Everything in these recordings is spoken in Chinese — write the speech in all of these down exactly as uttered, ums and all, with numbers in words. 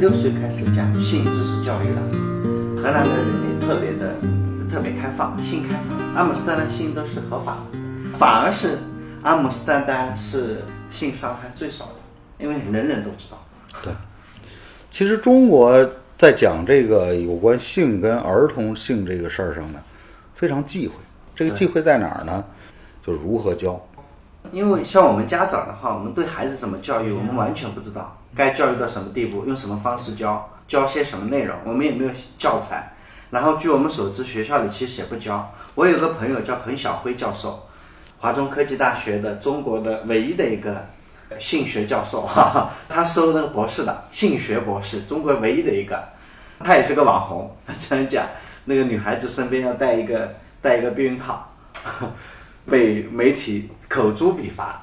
六岁开始讲性知识教育了。荷兰的人也特别的特别开放，性开放。阿姆斯特丹性都是合法的，反而是阿姆斯特丹是性伤害最少的，因为人人都知道。 对，其实中国在讲这个有关性跟儿童性这个事儿上呢，非常忌讳。这个忌讳在哪儿呢？就如何教。 因为像我们家长的话，我们对孩子怎么教育，我们完全不知道该教育到什么地步，用什么方式教，教些什么内容，我们也没有教材。然后据我们所知，学校里其实也不教。我有个朋友叫彭晓辉教授，华中科技大学的中国的唯一的一个性学教授，哈哈，他收那个博士的性学博士，中国唯一的一个。他也是个网红，这样讲，那个女孩子身边要带一个带一个避孕套，被媒体口诛笔伐。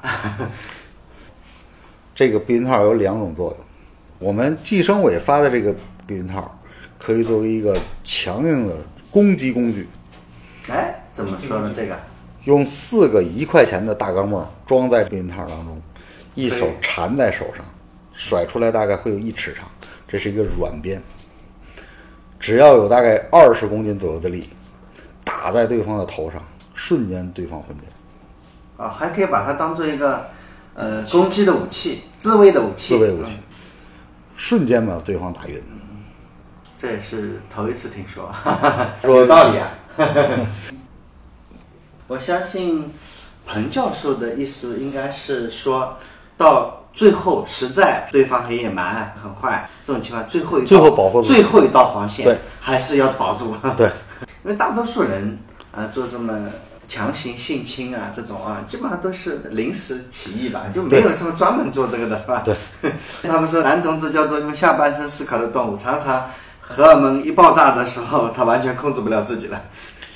这个避孕套有两种作用，我们计生委发的这个避孕套可以作为一个强硬的攻击工具。 哎，怎么说呢？这个用四个一块钱的大钢镚装在避孕套当中，一手缠在手上，甩出来大概会有一尺长，这是一个软鞭，只要有大概二十公斤左右的力，打在对方的头上，瞬间对方昏厥。 啊，还可以把它当做一个呃攻击的武器，自卫的武器。 自卫武器，嗯、瞬间把对方打晕。 这也是头一次听说，有道理啊。我相信彭教授的意思应该是说到最后，实在对方很野蛮、很坏这种情况，最后一道最后保护最后一道防线， 对， 还是要保住。 对， 因为大多数人啊、呃、做这么强行性侵啊这种啊，基本上都是临时起意吧，就没有什么专门做这个的，是吧？ 对。 他们说男同志叫做用下半身思考的动物，常常荷尔蒙一爆炸的时候，他完全控制不了自己了。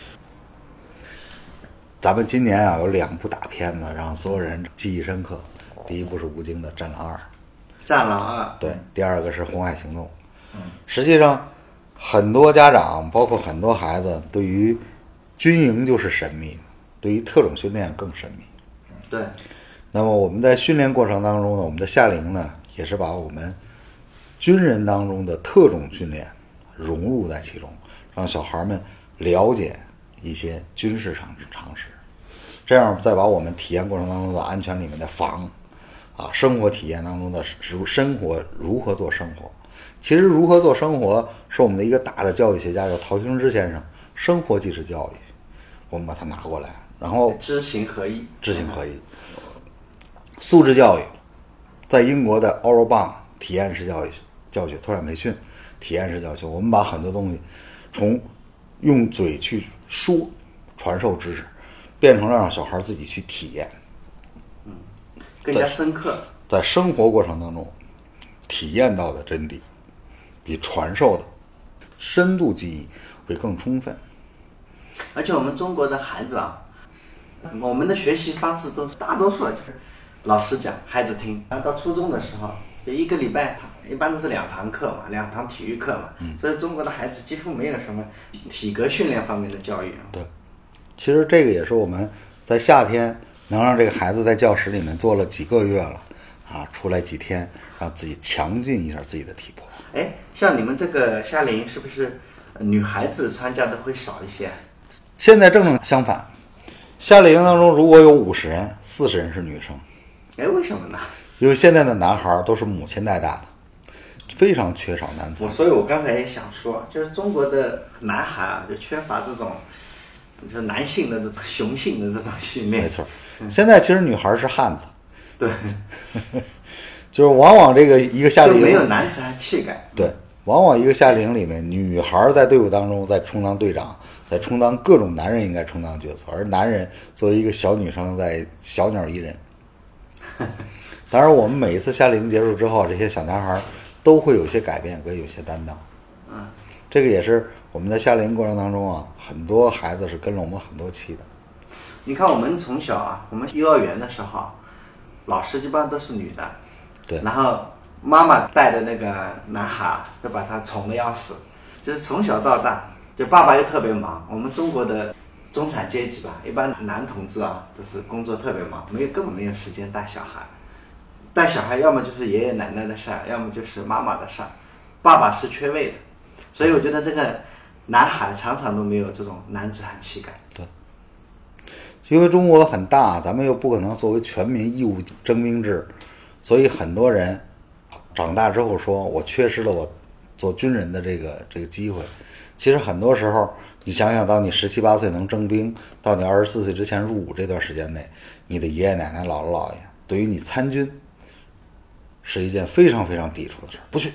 咱们今年啊有两部大片子让所有人记忆深刻，第一部是吴京的《战狼二》， 战狼二， 对，第二个是《红海行动》。嗯，实际上很多家长包括很多孩子对于军营就是神秘的，对于特种训练更神秘。 对。 那么我们在训练过程当中呢，我们的夏令营呢也是把我们军人当中的特种训练融入在其中，让小孩们了解一些军事常常识，这样再把我们体验过程当中的安全里面的防啊，生活体验当中的如生活如何做生活。其实如何做生活是我们的一个大的教育学家叫陶行知先生生活即是教育，我们把它拿过来，然后知行合一， 知行合一。素质教育在英国的 Eurobang 体验式教育教学拓展培训体验式教学，我们把很多东西从用嘴去说传授知识变成了让小孩自己去体验， 嗯，更加深刻， 在生活过程当中体验到的真谛比传授的深度记忆会更充分。 而且我们中国的孩子啊，我们的学习方式都是大多数就是老师讲孩子听，然后到初中的时候就一个礼拜一般都是两堂课嘛，两堂体育课嘛、嗯、所以中国的孩子几乎没有什么体格训练方面的教育。 对，其实这个也是我们在夏天能让这个孩子在教室里面做了几个月了啊，出来几天让自己强劲一下自己的体魄。 哎，像你们这个夏令营是不是女孩子参加的会少一些？ 现在正正相反，夏令营当中如果有五十人，四十人是女生。 哎，为什么呢？ 因为现在的男孩都是母亲带大的，非常缺少男子。 所以我刚才也想说，就是中国的男孩啊，就缺乏这种就是男性的这种雄性的这种训练。 没错，现在其实女孩是汉子。 对。 就是往往这个一个夏令营就没有男子汉气概。 对，往往一个夏令营里面，女孩在队伍当中在充当队长，在充当各种男人应该充当的角色，而男人作为一个小女生在小鸟依人。当然我们每一次夏令营结束之后，这些小男孩都会有些改变跟有些担当。 嗯， 这个也是我们在夏令营过程当中啊，很多孩子是跟了我们很多期的。 你看我们从小啊，我们幼儿园的时候，老师基本上都是女的。 对， 然后妈妈带的那个男孩就把他宠得要死，就是从小到大，就爸爸又特别忙。我们中国的中产阶级吧，一般男同志啊都是工作特别忙，没有根本没有时间带小孩。带小孩要么就是爷爷奶奶的事儿，要么就是妈妈的事儿。 爸爸是缺位的，所以我觉得这个男孩常常都没有这种男子汉气概。 对，因为中国很大，咱们又不可能作为全民义务征兵制，所以很多人长大之后说我缺失了我做军人的这个这个机会。其实很多时候你想想，到你十七八岁能征兵，到你二十四岁之前入伍这段时间内，你的爷爷奶奶姥姥姥爷对于你参军是一件非常非常抵触的事，不去，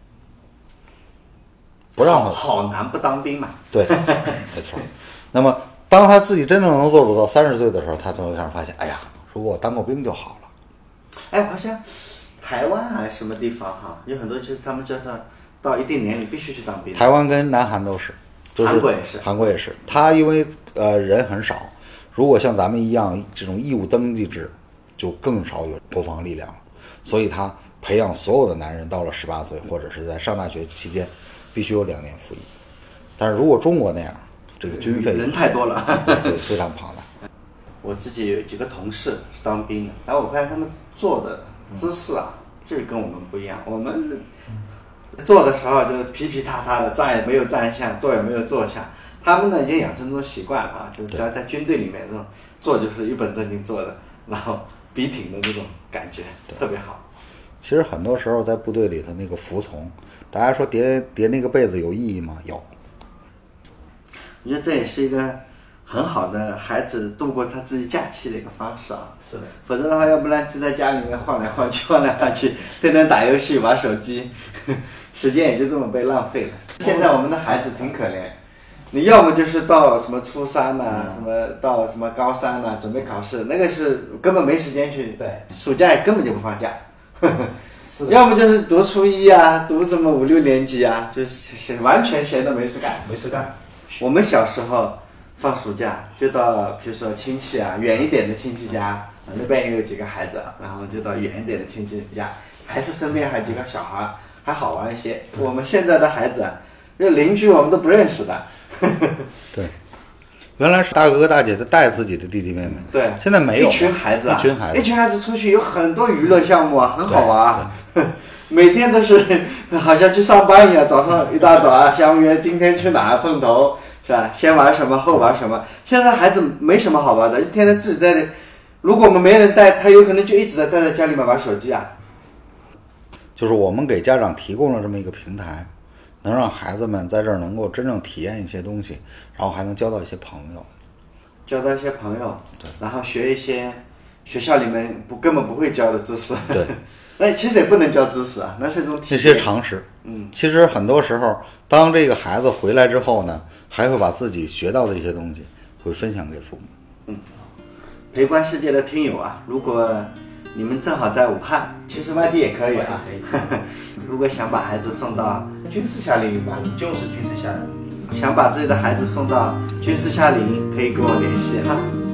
不让他。 好男不当兵嘛。 对，没错。那么当他自己真正能做主到三十岁的时候，他才会突然发现，哎呀，如果我当过兵就好了。 哎，我好像台湾还是什么地方哈，有很多就是他们叫他到一定年龄必须去当兵。 台湾跟南韩都是，就是韩国也是， 韩国也是。他因为呃人很少，如果像咱们一样这种义务登记制，就更少有国防力量了，所以他培养所有的男人到了十八岁或者是在上大学期间，必须有两年服役。但是如果中国那样，这个军费人太多了， 对，非常庞大。 我自己有几个同事是当兵的，然后我发现他们做的姿势啊，就是跟我们不一样。我们做的时候就皮皮塌塌的，站也没有站相，坐也没有坐相。他们呢已经养成这种习惯了啊，就是只要在军队里面这种坐就是一本正经坐的，然后笔挺的这种感觉特别好。 其实很多时候在部队里头那个服从，大家说叠叠那个被子有意义吗？有。 我觉得这也是一个很好的孩子度过他自己假期的一个方式啊。 是的。 否则的话，要不然就在家里面晃来晃去，晃来晃去，天天打游戏、玩手机，时间也就这么被浪费了。现在我们的孩子挺可怜，你要么就是到什么初三呐、啊，什么到什么高三呐、啊，准备考试，那个是根本没时间去。 对。 暑假也根本就不放假。要么就是读初一啊，读什么五六年级啊，就是闲完全闲的没事干。 没事干。 我们小时候放暑假就到，比如说亲戚啊，远一点的亲戚家，那边也有几个孩子，然后就到远一点的亲戚家，还是身边还有几个小孩，还好玩一些。我们现在的孩子，这邻居我们都不认识的。 对，原来是大哥哥大姐姐带自己的弟弟妹妹， 对， 现在没有。 一群孩子啊， 一群孩子， 一群孩子出去有很多娱乐项目啊，很好玩啊。每天都是好像去上班一样，早上一大早啊，相约今天去哪儿碰头，是吧？先玩什么，后玩什么。现在孩子没什么好玩的，一天天自己在那。如果我们没人带，他有可能就一直在待在家里面玩手机啊。 就是我们给家长提供了这么一个平台，能让孩子们在这儿能够真正体验一些东西，然后还能交到一些朋友， 交到一些朋友， 对， 然后学一些学校里面不根本不会教的知识， 对。 那其实也不能教知识啊，那是一种体验， 这些常识。 嗯， 其实很多时候，当这个孩子回来之后呢，还会把自己学到的一些东西会分享给父母。 嗯，陪观世界的听友啊，如果你们正好在武汉，其实外地也可以啊。如果想把孩子送到军事夏令营吧， 就是军事夏令营， 想把自己的孩子送到军事夏令营，可以跟我联系哈。